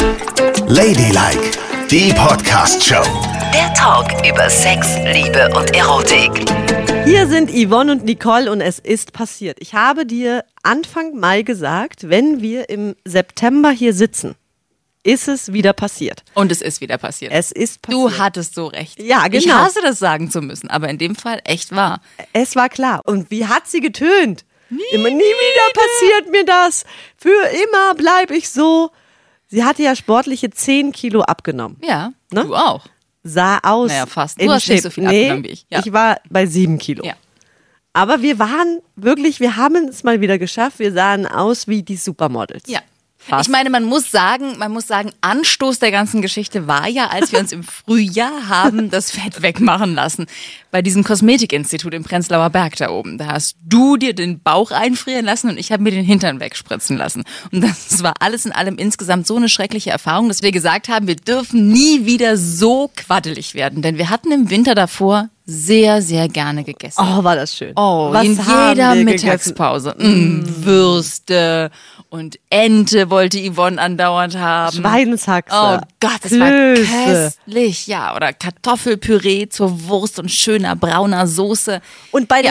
Ladylike, die Podcast-Show. Der Talk über Sex, Liebe und Erotik. Hier sind Yvonne und Nicole und es ist passiert. Ich habe dir Anfang Mai gesagt, wenn wir im September hier sitzen, ist es wieder passiert. Und es ist wieder passiert. Es ist passiert. Du hattest so recht. Ja, genau. Ich hasse das sagen zu müssen, aber in dem Fall echt wahr. Es war klar. Und wie hat sie getönt? Nie wieder passiert mir das. Für immer bleibe ich so. Sie hatte ja sportliche 10 Kilo abgenommen. Ja, Ne? du auch. Sah aus. Naja, fast. in Du hast nicht so Shape. viel abgenommen wie ich. Ja. Ich war bei 7 Kilo. Ja. Aber wir waren wirklich, wir haben es mal wieder geschafft. Wir sahen aus wie die Supermodels. Ja. Fast. Ich meine, man muss sagen, Anstoß der ganzen Geschichte war ja, als wir uns im Frühjahr haben das Fett wegmachen lassen. Bei diesem Kosmetikinstitut im Prenzlauer Berg da oben. Da hast du dir den Bauch einfrieren lassen und ich habe mir den Hintern wegspritzen lassen. Und das war alles in allem insgesamt so eine schreckliche Erfahrung, dass wir gesagt haben, wir dürfen nie wieder so quaddelig werden. Denn wir hatten im Winter davor sehr, sehr gerne gegessen. Oh, war das schön. Oh, was in haben jeder wir Mittagspause. Würste und Ente wollte Yvonne andauernd haben. Schweinshaxe. Oh Gott, das Klöße. war köstlich. Ja, oder Kartoffelpüree zur Wurst und schöner brauner Soße. Und bei der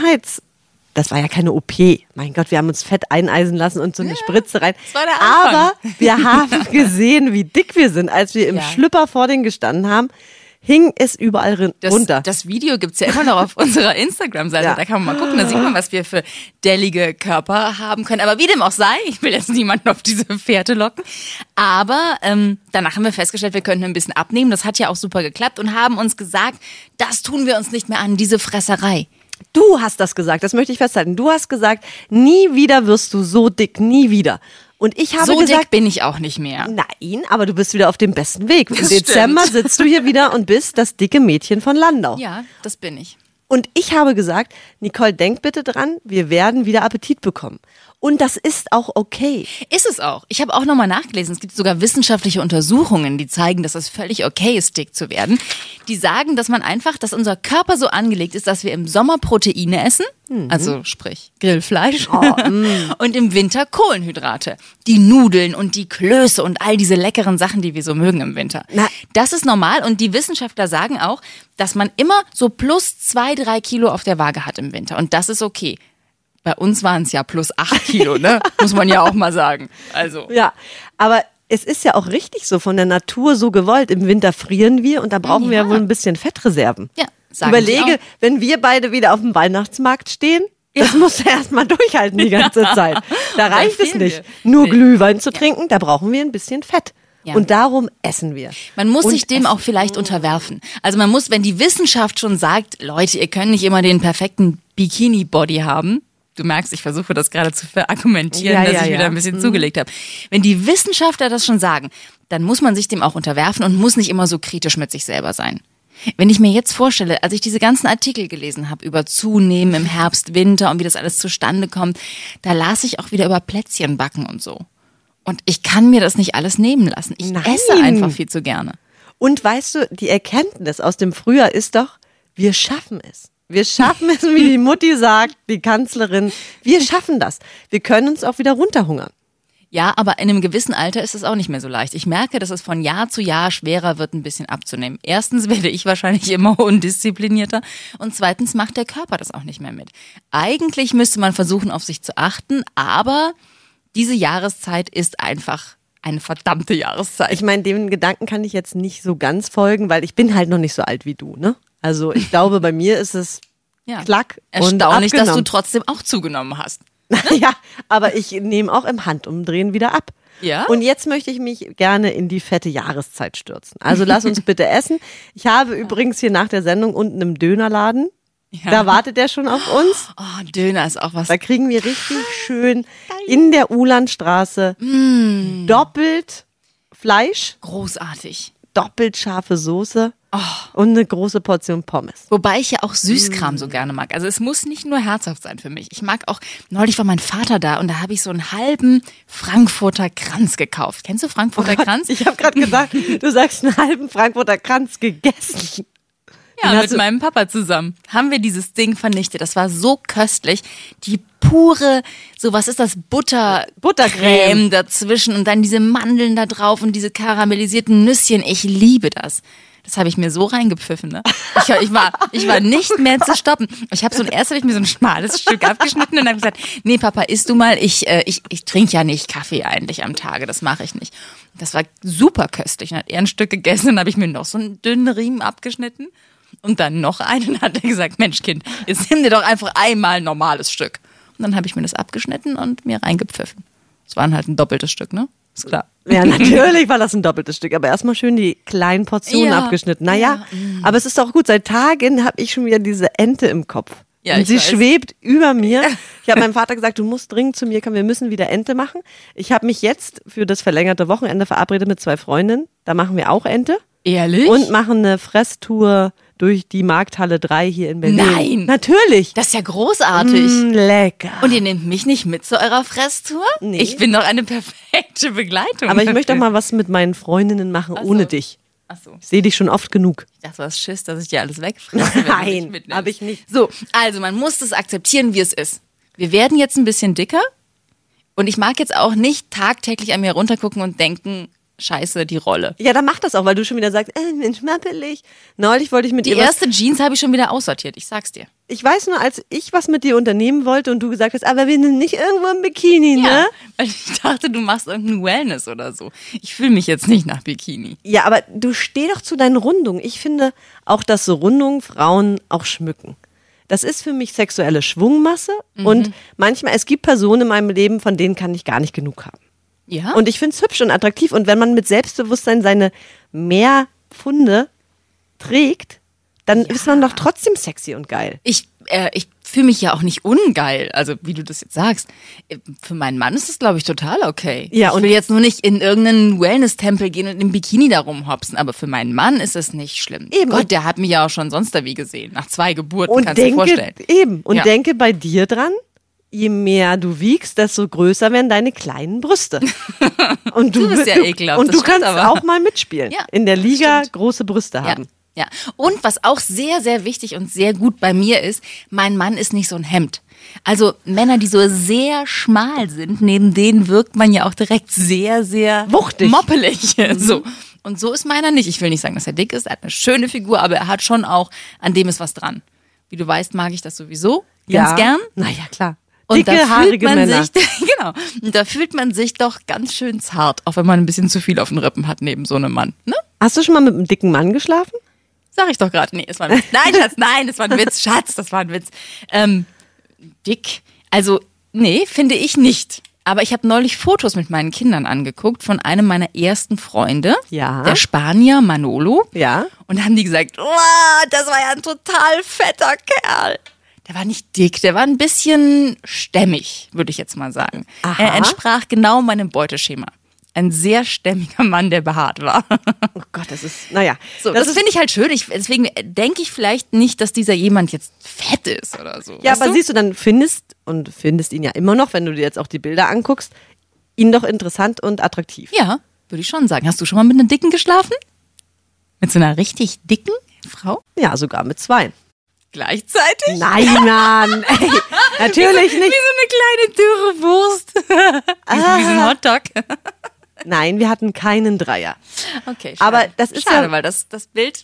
das war ja keine OP. Mein Gott, wir haben uns Fett eineisen lassen und so eine Spritze rein. das war der Anfang. Aber wir haben gesehen, wie dick wir sind. Als wir im Ja. Schlüpper vor denen gestanden haben, hing es überall runter. Das Video gibt's ja immer noch auf unserer Instagram-Seite. Ja. Da kann man mal gucken, da sieht man, was wir für dellige Körper haben können. Aber wie dem auch sei, ich will jetzt niemanden auf diese Fährte locken. Aber danach haben wir festgestellt, wir könnten ein bisschen abnehmen. Das hat ja auch super geklappt und haben uns gesagt, das tun wir uns nicht mehr an, diese Fresserei. Du hast das gesagt, das möchte ich festhalten. Du hast gesagt, nie wieder wirst du so dick, nie wieder. Und ich habe So gesagt, dick bin ich auch nicht mehr. nein, aber du bist wieder auf dem besten Weg. Im Das Dezember stimmt. sitzt du hier wieder und bist das dicke Mädchen von Landau. Ja, das bin ich. Und ich habe gesagt, Nicole, denk bitte dran, wir werden wieder Appetit bekommen. Und das ist auch okay. Ist es auch. Ich habe auch nochmal nachgelesen. Es gibt sogar wissenschaftliche Untersuchungen, die zeigen, dass es völlig okay ist, dick zu werden. Die sagen, dass unser Körper so angelegt ist, dass wir im Sommer Proteine essen, also sprich Grillfleisch, und im Winter Kohlenhydrate. Die Nudeln und die Klöße und all diese leckeren Sachen, die wir so mögen im Winter. Das ist normal und die Wissenschaftler sagen auch, dass man immer so plus 2-3 Kilo auf der Waage hat im Winter und das ist okay. Bei uns waren es ja plus 8 Kilo, ne? Muss man ja auch mal sagen. Also. Ja, aber es ist ja auch richtig so von der Natur so gewollt. Im Winter frieren wir und da brauchen wir ja wohl ein bisschen Fettreserven. Ja, sagen die Überlege, auch. wenn wir beide wieder auf dem Weihnachtsmarkt stehen, das musst du erstmal durchhalten die ganze Zeit. Da reicht es fehlen nicht, wir. nur Glühwein zu trinken, da brauchen wir ein bisschen Fett. Ja. Und darum essen wir. Man muss Und sich dem auch vielleicht unterwerfen. Also man muss, wenn die Wissenschaft schon sagt, Leute, ihr könnt nicht immer den perfekten Bikini-Body haben. Du merkst, ich versuche das gerade zu verargumentieren, dass ich wieder ein bisschen zugelegt habe. Wenn die Wissenschaftler das schon sagen, dann muss man sich dem auch unterwerfen und muss nicht immer so kritisch mit sich selber sein. Wenn ich mir jetzt vorstelle, als ich diese ganzen Artikel gelesen habe über Zunehmen im Herbst, Winter und wie das alles zustande kommt, da las ich auch wieder über Plätzchenbacken und so. Und ich kann mir das nicht alles nehmen lassen. Ich Nein. esse einfach viel zu gerne. Und weißt du, die Erkenntnis aus dem Frühjahr ist doch, wir schaffen es. Wir schaffen es, wie die Mutti sagt, die Kanzlerin. Wir schaffen das. Wir können uns auch wieder runterhungern. Ja, aber in einem gewissen Alter ist es auch nicht mehr so leicht. Ich merke, dass es von Jahr zu Jahr schwerer wird, ein bisschen abzunehmen. Erstens werde ich wahrscheinlich immer undisziplinierter und zweitens macht der Körper das auch nicht mehr mit. Eigentlich müsste man versuchen, auf sich zu achten, aber diese Jahreszeit ist einfach eine verdammte Jahreszeit. Ich meine, dem Gedanken kann ich jetzt nicht so ganz folgen, weil ich bin halt noch nicht so alt wie du, ne? Also ich glaube, bei mir ist es klack und erstaunlich, dass du abgenommen. trotzdem auch zugenommen hast. Ja, aber ich nehme auch im Handumdrehen wieder ab. Ja? Und jetzt möchte ich mich gerne in die fette Jahreszeit stürzen. Also lass uns bitte essen. Ich habe übrigens hier nach der Sendung unten im Dönerladen, da wartet der schon auf uns. Oh, Döner ist auch was. Da kriegen wir richtig schön in der Ulandstraße doppelt Fleisch, Großartig. doppelt scharfe Soße und eine große Portion Pommes. Wobei ich ja auch Süßkram so gerne mag. Also es muss nicht nur herzhaft sein für mich. Ich mag auch, neulich war mein Vater da und da habe ich so einen halben Frankfurter Kranz gekauft. Kennst du Frankfurter Kranz? Ich habe gerade gesagt, du sagst einen halben Frankfurter Kranz gegessen. Ja, Den hast mit du- meinem Papa zusammen haben wir dieses Ding vernichtet. Das war so köstlich. Die pure, so was ist das, Buttercreme dazwischen und dann diese Mandeln da drauf und diese karamellisierten Nüsschen. Ich liebe das. Das habe ich mir so reingepfiffen, ne? Ich war nicht mehr zu stoppen. Erst habe ich mir so ein schmales Stück abgeschnitten und dann gesagt, nee, Papa, isst du mal. Ich trinke ja nicht Kaffee eigentlich am Tage, das mache ich nicht. Das war super köstlich. Dann hat er ein Stück gegessen, dann habe ich mir noch so einen dünnen Riemen abgeschnitten und dann noch einen. Und hat er gesagt, Mensch Kind, jetzt nimm dir doch einfach einmal ein normales Stück. Und dann habe ich mir das abgeschnitten und mir reingepfiffen. Das war halt ein doppeltes Stück, ne? Ist klar. Ja, natürlich war das ein doppeltes Stück, aber erstmal schön die kleinen Portionen Ja. abgeschnitten. Naja, aber es ist doch gut. Seit Tagen habe ich schon wieder diese Ente im Kopf. Ja, und ich sie weiß. schwebt über mir. Ich habe meinem Vater gesagt, du musst dringend zu mir kommen, wir müssen wieder Ente machen. Ich habe mich jetzt für das verlängerte Wochenende verabredet mit 2 Freundinnen. Da machen wir auch Ente. Ehrlich? Und machen eine Fresstour durch die Markthalle 3 hier in Berlin. Nein. Natürlich. Das ist ja großartig. Lecker. Und ihr nehmt mich nicht mit zu eurer Fresstour? Nee. Ich bin doch eine perfekte Begleitung. Aber ich möchte auch mal was mit meinen Freundinnen machen, Ach so. ohne dich. Ach so. Ich sehe dich schon oft genug. Ich dachte, du hast Schiss, dass ich dir alles wegfresse. wenn du mich Nein, mitnimmst. habe ich nicht. So, also man muss das akzeptieren, wie es ist. Wir werden jetzt ein bisschen dicker und ich mag jetzt auch nicht tagtäglich an mir runtergucken und denken, scheiße, die Rolle. Ja, dann mach das auch, weil du schon wieder sagst, Mensch, mappelig. Neulich wollte ich mit Die ihr was, erste Jeans habe ich schon wieder aussortiert, ich sag's dir. ich weiß nur, als ich was mit dir unternehmen wollte und du gesagt hast, aber wir sind nicht irgendwo im Bikini, ne? Ja, weil ich dachte, du machst irgendein Wellness oder so. Ich fühle mich jetzt nicht nach Bikini. Ja, aber du steh doch zu deinen Rundungen. Ich finde auch, dass so Rundungen Frauen auch schmücken. Das ist für mich sexuelle Schwungmasse und manchmal, es gibt Personen in meinem Leben, von denen kann ich gar nicht genug haben. Ja? Und ich finde es hübsch und attraktiv. Und wenn man mit Selbstbewusstsein seine Mehrpfunde trägt, dann ist man doch trotzdem sexy und geil. Ich fühle mich ja auch nicht ungeil, also wie du das jetzt sagst. Für meinen Mann ist das, glaube ich, total okay. Ja, ich und- will jetzt nur nicht in irgendeinen Wellness-Tempel gehen und im Bikini da rumhopsen, aber für meinen Mann ist es nicht schlimm. Eben. Gott, der hat mich ja auch schon sonst da wie gesehen. Nach 2 Geburten, Und kannst du dir vorstellen. Ja. denke bei dir dran, je mehr du wiegst, desto größer werden deine kleinen Brüste. Und Du bist ja ekelhaft, Und das du stimmt kannst aber. auch mal mitspielen. Ja, in der das Liga stimmt. große Brüste haben. Ja. Und was auch sehr, sehr wichtig und sehr gut bei mir ist, mein Mann ist nicht so ein Hemd. Also Männer, die so sehr schmal sind, neben denen wirkt man ja auch direkt sehr, sehr Wuchtig. moppelig. So. Und so ist meiner nicht. Ich will nicht sagen, dass er dick ist, er hat eine schöne Figur, aber er hat schon auch, an dem ist was dran. Wie du weißt, mag ich das sowieso ganz gern. Naja, klar. Und Dicke, da fühlt haarige man Männer. sich, genau, und da fühlt man sich doch ganz schön zart, auch wenn man ein bisschen zu viel auf den Rippen hat neben so einem Mann. Ne? Hast du schon mal mit einem dicken Mann geschlafen? Sag ich doch gerade. Nee, das war ein Witz. Nein, Schatz, nein, das war ein Witz. Schatz, das war ein Witz. Dick. Also, nee, finde ich nicht. Aber ich habe neulich Fotos mit meinen Kindern angeguckt von einem meiner ersten Freunde. Ja. Der Spanier Manolo. Ja. Und da haben die gesagt, oh, das war ja ein total fetter Kerl. Der war nicht dick, der war ein bisschen stämmig, würde ich jetzt mal sagen. Aha. Er entsprach genau meinem Beuteschema. Ein sehr stämmiger Mann, der behaart war. Oh Gott, das ist, naja. So, das finde ich halt schön. Deswegen denke ich vielleicht nicht, dass dieser jemand jetzt fett ist oder so. Ja, weißt aber du? siehst du, dann findest ihn ja immer noch, wenn du dir jetzt auch die Bilder anguckst, ihn doch interessant und attraktiv. Ja, würde ich schon sagen. Hast du schon mal mit einer Dicken geschlafen? Mit so einer richtig dicken Frau? Ja, sogar mit 2. Gleichzeitig? Nein, Mann. Ey, natürlich Wie nicht. so eine kleine dürre Wurst. Wie so ein Hotdog. Nein, wir hatten keinen Dreier. Okay, schade. Aber das ist schade, ja- weil das Bild.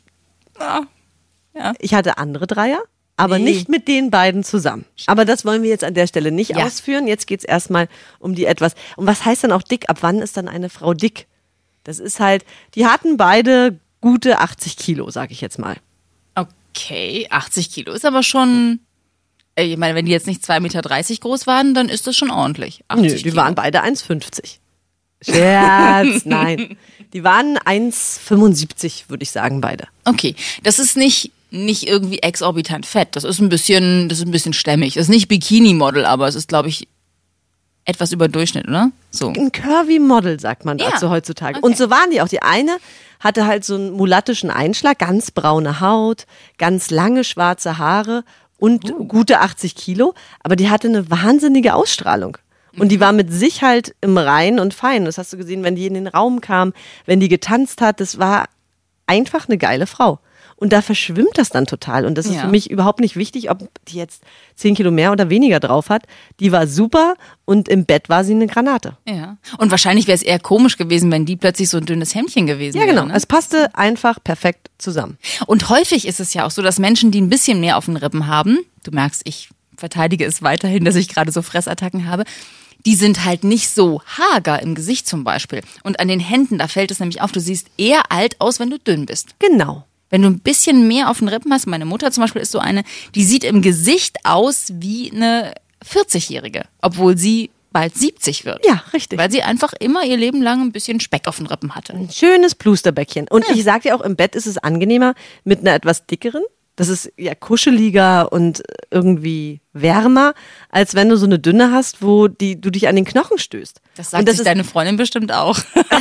Ich hatte andere Dreier, aber Nee. nicht mit den beiden zusammen. Aber das wollen wir jetzt an der Stelle nicht Ja. ausführen. Jetzt geht's erstmal um die etwas. Und was heißt dann auch dick? Ab wann ist dann eine Frau dick? Das ist halt, die hatten beide gute 80 Kilo, sag ich jetzt mal. Okay, 80 Kilo ist aber schon. Ich meine, wenn die jetzt nicht 2,30 Meter groß waren, dann ist das schon ordentlich. 80 Nö, die Kilo. waren beide 1,50. Scherz, nein. Die waren 1,75, würde ich sagen, beide. Okay, das ist nicht irgendwie exorbitant fett. Das ist ein bisschen stämmig. Das ist nicht Bikini-Model, aber es ist, glaube ich, etwas über Durchschnitt, oder? So. Ein Curvy-Model, sagt man Ja, dazu heutzutage. okay. Und so waren die auch. Die eine hatte halt so einen mulattischen Einschlag, ganz braune Haut, ganz lange schwarze Haare und gute 80 Kilo. Aber die hatte eine wahnsinnige Ausstrahlung. Und die war mit sich halt im Rein und fein. Das hast du gesehen, wenn die in den Raum kam, wenn die getanzt hat. Das war einfach eine geile Frau. und da verschwimmt das dann total. Und das ist Ja. für mich überhaupt nicht wichtig, ob die jetzt 10 Kilo mehr oder weniger drauf hat. Die war super und im Bett war sie eine Granate. Ja. Und wahrscheinlich wäre es eher komisch gewesen, wenn die plötzlich so ein dünnes Hemdchen gewesen Ja, wäre. genau. Ne? Es passte einfach perfekt zusammen. Und häufig ist es ja auch so, dass Menschen, die ein bisschen mehr auf den Rippen haben, du merkst, ich verteidige es weiterhin, dass ich gerade so Fressattacken habe, die sind halt nicht so hager im Gesicht zum Beispiel. Und an den Händen, da fällt es nämlich auf, du siehst eher alt aus, wenn du dünn bist. Genau. Wenn du ein bisschen mehr auf den Rippen hast, meine Mutter zum Beispiel ist so eine, die sieht im Gesicht aus wie eine 40-Jährige, obwohl sie bald 70 wird. Ja, richtig. Weil sie einfach immer ihr Leben lang ein bisschen Speck auf den Rippen hatte. Ein schönes Plusterbäckchen. Und ich sag dir auch, im Bett ist es angenehmer mit einer etwas dickeren. Das ist ja kuscheliger und irgendwie wärmer, als wenn du so eine dünne hast, wo du dich an den Knochen stößt. Das Und sagt sich deine Freundin bestimmt auch.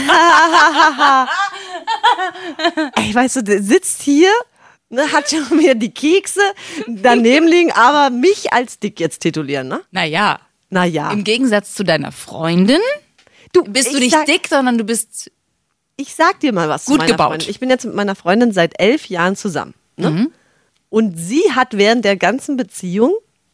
Ey, weißt du, der sitzt hier, ne, hat schon wieder die Kekse daneben liegen, aber mich als dick jetzt titulieren, ne? Naja, Naja. im Gegensatz zu deiner Freundin bist du ich nicht sag- dick, sondern du bist... Ich sag dir mal was Gut zu meiner gebaut. Freundin. Ich bin jetzt mit meiner Freundin seit 11 Jahren zusammen. Ne? Mhm. Und sie hat während der ganzen Beziehung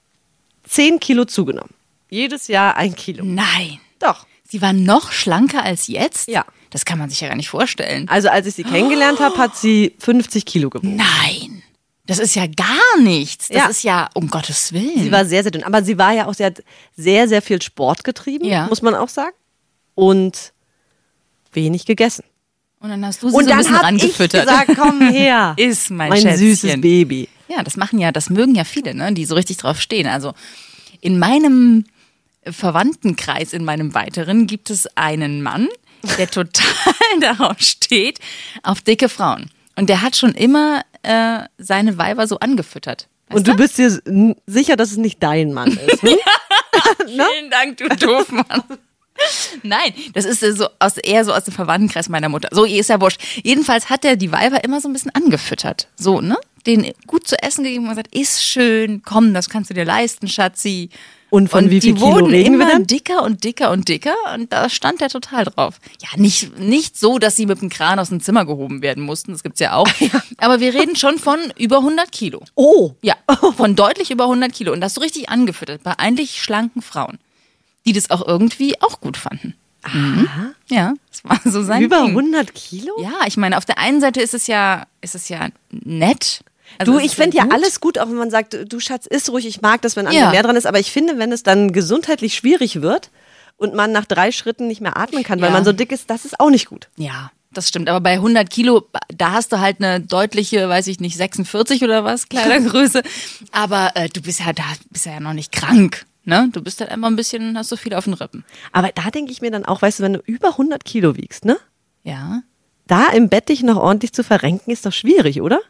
10 Kilo zugenommen. Jedes Jahr 1 Kilo. Nein. Doch. Sie war noch schlanker als jetzt? Ja. Das kann man sich ja gar nicht vorstellen. Also als ich sie kennengelernt habe, hat sie 50 Kilo gewogen. Nein. Das ist ja gar nichts. Das Ja. ist ja, um Gottes Willen. Sie war sehr, sehr dünn. Aber sie war ja auch, sie hat sehr, sehr viel Sport getrieben, Ja. muss man auch sagen. Und wenig gegessen. Und dann hast du sie Und so ein dann bisschen habe ich rangefüttert. gesagt, komm her. Ist mein mein Schätzchen. süßes Baby. Ja, das mögen ja viele, ne, die so richtig drauf stehen. Also in meinem Verwandtenkreis, in meinem weiteren, gibt es einen Mann, der total darauf steht, auf dicke Frauen. Und der hat schon immer seine Weiber so angefüttert. Weißt Und du bist dir sicher, dass es nicht dein Mann ist. Hm? Vielen Dank, du Doofmann. Nein, das ist eher so aus dem Verwandtenkreis meiner Mutter. So, ihr ist ja wurscht. Jedenfalls hat er die Weiber immer so ein bisschen angefüttert. So, ne? Denen gut zu essen gegeben und gesagt, ist schön, komm, das kannst du dir leisten, Schatzi. Und von wie viel die Kilo wurden reden wir immer dann? dicker und dicker und dicker und da stand er total drauf. Ja, nicht so, dass sie mit dem Kran aus dem Zimmer gehoben werden mussten, das gibt's ja auch. Aber wir reden schon von über 100 Kilo. Oh. Ja, von deutlich über 100 Kilo. Und das so richtig angefüttert bei eigentlich schlanken Frauen, die das auch irgendwie auch gut fanden. Mhm. Ja, das war so sein Über Ding. 100 Kilo? Ja, ich meine, auf der einen Seite ist es ja nett. Also Du, es ich ist ja finde ja gut. alles gut, auch wenn man sagt, du Schatz, iss ruhig, ich mag das, wenn andere Ja. mehr dran ist, aber ich finde, wenn es dann gesundheitlich schwierig wird und man nach 3 Schritten nicht mehr atmen kann, weil Ja. man so dick ist, das ist auch nicht gut. Ja, das stimmt. Aber bei 100 Kilo, da hast du halt eine deutliche, weiß ich nicht, 46 oder was, Kleidergröße. Aber du bist ja noch nicht krank. Ne? Du bist halt einfach ein bisschen, hast so viel auf den Rippen. Aber da denke ich mir dann auch, weißt du, wenn du über 100 Kilo wiegst, ne? Ja, Da im Bett dich noch ordentlich zu verrenken, ist doch schwierig, oder?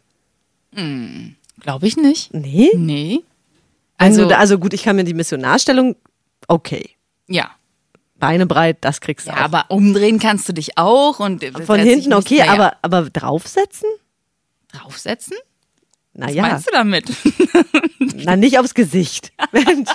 glaube ich nicht. Nee? Nee. Also, also gut, ich kann mir die Missionarstellung, okay. Ja. Beine breit, das kriegst du Ja, auch. aber umdrehen kannst du dich auch und Von hinten okay, aber draufsetzen? draufsetzen? Was Naja, meinst du damit? na nicht aufs Gesicht. Mensch.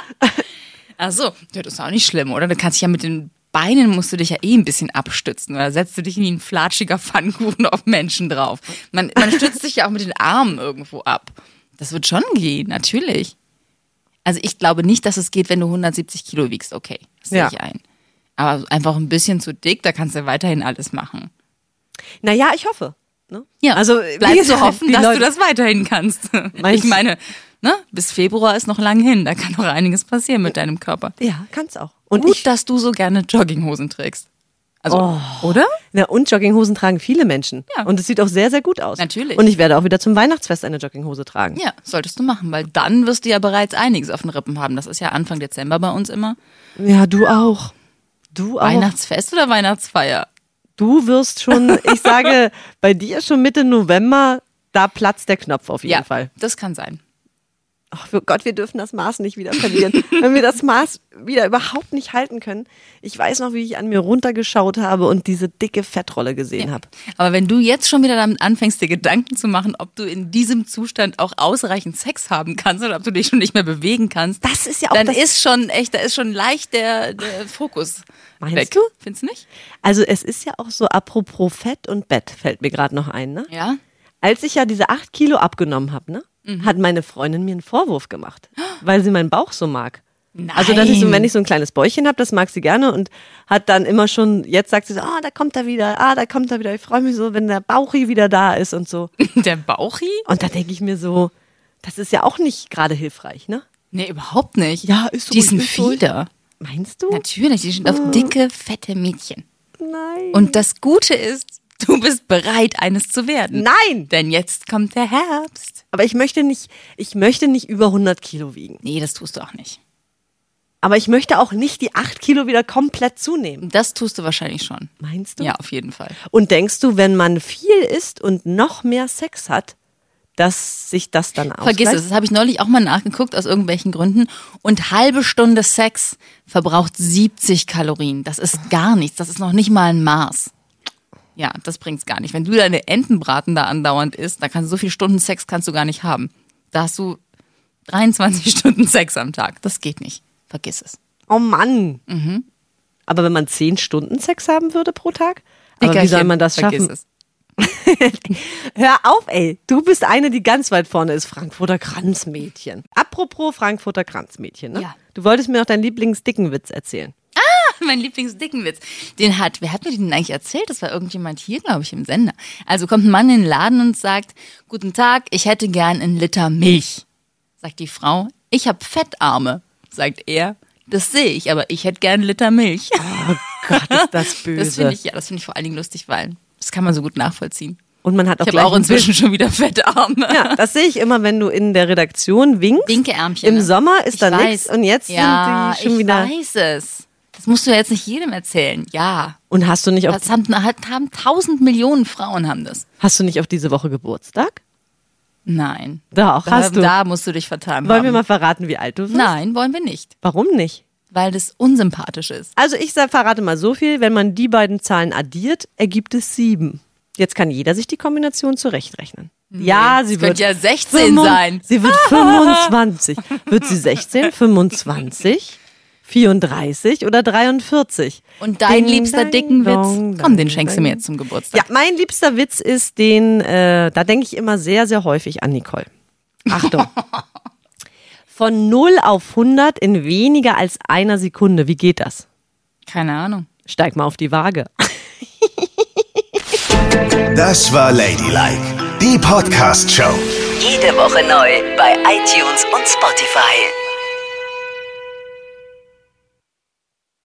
Ach so, ja, das ist auch nicht schlimm, oder? Du kannst dich ja mit den Beinen musst du dich ja ein bisschen abstützen oder setzt du dich wie ein flatschiger Pfannkuchen auf Menschen drauf. Man stützt sich ja auch mit den Armen irgendwo ab. Das wird schon gehen, natürlich. Also ich glaube nicht, dass es geht, wenn du 170 Kilo wiegst. Okay, das sehe Ja. ich ein. Aber einfach ein bisschen zu dick, da kannst du weiterhin alles machen. Naja, ich hoffe. Ne? Ja, also bleibt wie zu gesagt, hoffen, die dass Leute- du das weiterhin kannst. Meinst Ich meine, ne, bis Februar ist noch lang hin, da kann noch einiges passieren mit deinem Körper. Ja, kann's auch. Und Und gut, dass du so gerne Jogginghosen trägst. Also, oder? Na, und Jogginghosen tragen viele Menschen. Ja. Und es sieht auch sehr, sehr gut aus. Natürlich. Und ich werde auch wieder zum Weihnachtsfest eine Jogginghose tragen. Ja, solltest du machen, weil dann wirst du ja bereits einiges auf den Rippen haben. Das ist ja Anfang Dezember bei uns immer. Ja, du auch. Du auch. Weihnachtsfest oder Weihnachtsfeier? Du wirst schon, ich sage, bei dir schon Mitte November, da platzt der Knopf auf jeden Ja, Fall. das kann sein. Ach, für Gott, wir dürfen das Maß nicht wieder verlieren. Wenn wir das Maß wieder überhaupt nicht halten können. Ich weiß noch, wie ich an mir runtergeschaut habe und diese dicke Fettrolle gesehen habe. Aber wenn du jetzt schon wieder damit anfängst, dir Gedanken zu machen, ob du in diesem Zustand auch ausreichend Sex haben kannst oder ob du dich schon nicht mehr bewegen kannst, Das ist ja auch dann das- ist schon echt, da ist schon leicht der Fokus Meinst weg. du? Findest du nicht? Also es ist ja auch so, apropos Fett und Bett, fällt mir gerade noch ein, ne? Ja. Als ich ja diese 8 Kilo abgenommen habe, ne, hat meine Freundin mir einen Vorwurf gemacht, weil sie meinen Bauch so mag. Nein. Also, dass ich so, wenn ich so ein kleines Bäuchchen habe, das mag sie gerne und hat dann immer schon, jetzt sagt sie so, da kommt er wieder, da kommt er wieder. Ich freue mich so, wenn der Bauchi wieder da ist und so. Der Bauchi? Und da denke ich mir so, das ist ja auch nicht gerade hilfreich, ne? Nee, überhaupt nicht. Ja, ist Die ruhig, sind ist ruhig. Fieder. Meinst du? Natürlich, die sind auf dicke, fette Mädchen. Nein. Und das Gute ist, du bist bereit, eines zu werden. Nein! Denn jetzt kommt der Herbst. Aber ich möchte nicht über 100 Kilo wiegen. Nee, das tust du auch nicht. Aber ich möchte auch nicht die 8 Kilo wieder komplett zunehmen. Das tust du wahrscheinlich schon. Meinst du? Ja, auf jeden Fall. Und denkst du, wenn man viel isst und noch mehr Sex hat, dass sich das dann ausgleicht? Vergiss es, das habe ich neulich auch mal nachgeguckt, aus irgendwelchen Gründen. Und halbe Stunde Sex verbraucht 70 Kalorien. Das ist gar nichts, das ist noch nicht mal ein Maß. Ja, das bringt's gar nicht. Wenn du deine Entenbraten da andauernd isst, da kannst du so viele Stunden Sex kannst du gar nicht haben. Da hast du 23 Stunden Sex am Tag. Das geht nicht. Vergiss es. Oh Mann. Aber wenn man 10 Stunden Sex haben würde pro Tag? Aber wie soll man das Vergiss schaffen? es. Hör auf, ey. Du bist eine, die ganz weit vorne ist. Frankfurter Kranzmädchen. Apropos Frankfurter Kranzmädchen, ne? Ja. Du wolltest mir noch deinen Lieblingsdickenwitz erzählen. Mein Lieblingsdickenwitz. Wer hat mir den eigentlich erzählt? Das war irgendjemand hier, glaube ich, im Sender. Also kommt ein Mann in den Laden und sagt, guten Tag, ich hätte gern 1 Liter Milch. Sagt die Frau, ich habe Fettarme. Sagt er, das sehe ich, aber ich hätte gern 1 Liter Milch. Oh Gott, ist das böse. Das finde ich vor allen Dingen lustig, weil das kann man so gut nachvollziehen. Und man hat auch Ich habe gleich auch inzwischen schon wieder Fettarme. Ja, das sehe ich immer, wenn du in der Redaktion winkst. Winke Ärmchen. Im ne? Sommer ist Ich da weiß. nichts und jetzt ja, sind die schon wieder. Ich weiß es. Das musst du ja jetzt nicht jedem erzählen. Ja. Und hast du nicht Das haben 1000 Millionen Frauen haben das. hast du nicht auf diese Woche Geburtstag? Nein. Doch, hast du. Da musst du dich vertan Wollen haben. wir mal verraten, wie alt du bist? Nein, wollen wir nicht. Warum nicht? Weil das unsympathisch ist. Also ich verrate mal so viel, wenn man die beiden Zahlen addiert, ergibt es 7. Jetzt kann jeder sich die Kombination zurechtrechnen. Ja, sie Es wird könnte ja 16 sein. Sie wird 25. Wird sie 16, 25, 34 oder 43? Und dein Ding, liebster dang, dicken dong, Witz? Komm, den dang, schenkst du mir dang. jetzt zum Geburtstag. Ja, mein liebster Witz ist da denke ich immer sehr, sehr häufig an Nicole. Achtung. Von 0 auf 100 in weniger als einer Sekunde. Wie geht das? Keine Ahnung. Steig mal auf die Waage. Das war Ladylike, die Podcast-Show. Jede Woche neu bei iTunes und Spotify.